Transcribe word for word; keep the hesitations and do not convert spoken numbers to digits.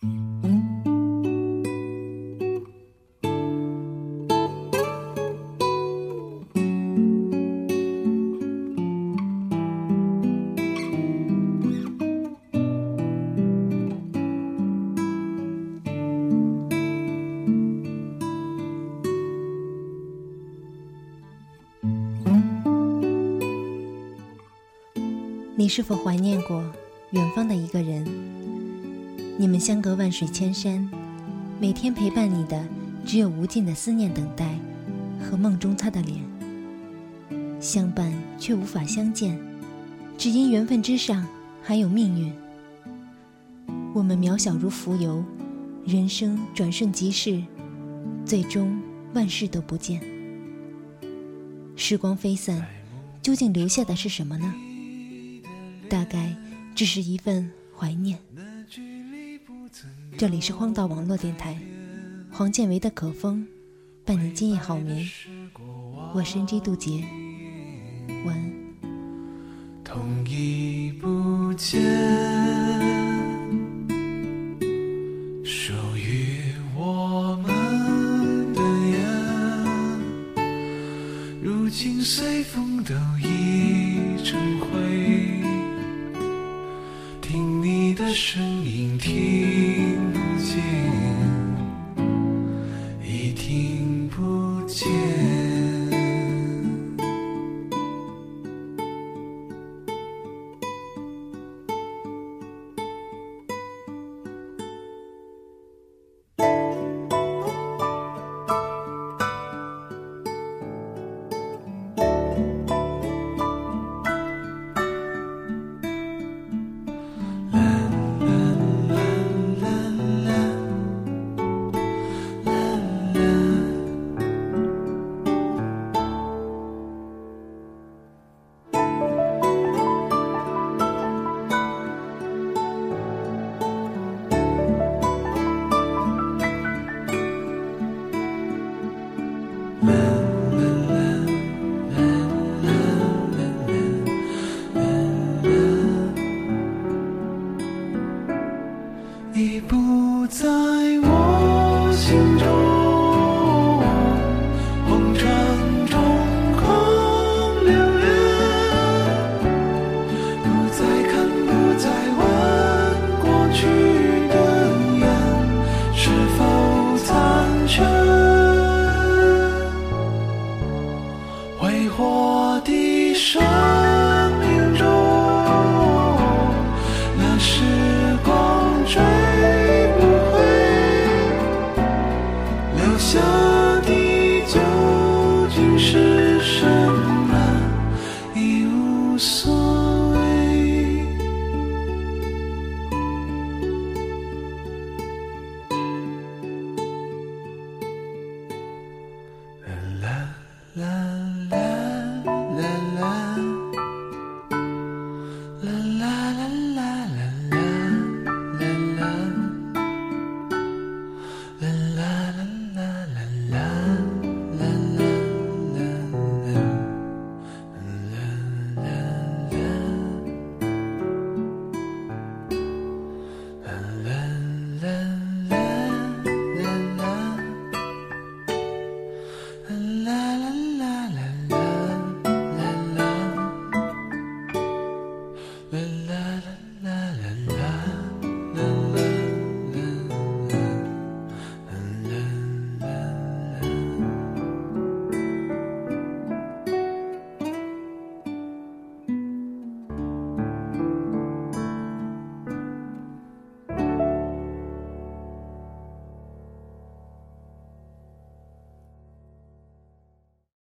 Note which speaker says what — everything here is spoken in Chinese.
Speaker 1: 你是否怀念过远方的一个人？你们相隔万水千山，每天陪伴你的只有无尽的思念等待和梦中他的脸。相伴却无法相见，只因缘分之上还有命运。我们渺小如蜉蝣，人生转瞬即逝，最终万事都不见。时光飞散，究竟留下的是什么呢？大概只是一份怀念。这里是荒岛网络电台，黄建维的可风，伴你今夜好眠。我是 N J 杜杰，晚安。
Speaker 2: 痛已不见，属于我们的眼，如今随风都已成灰。听你的声音听不见，已听不见。已不在我心中，红尘中空流言，不再看，不再问过去的眼是否残缺，挥霍的生命中，那时光追下的究竟是什么，已无所谓。啦啦啦啦啦啦啦啦啦啦啦啦啦啦啦。啦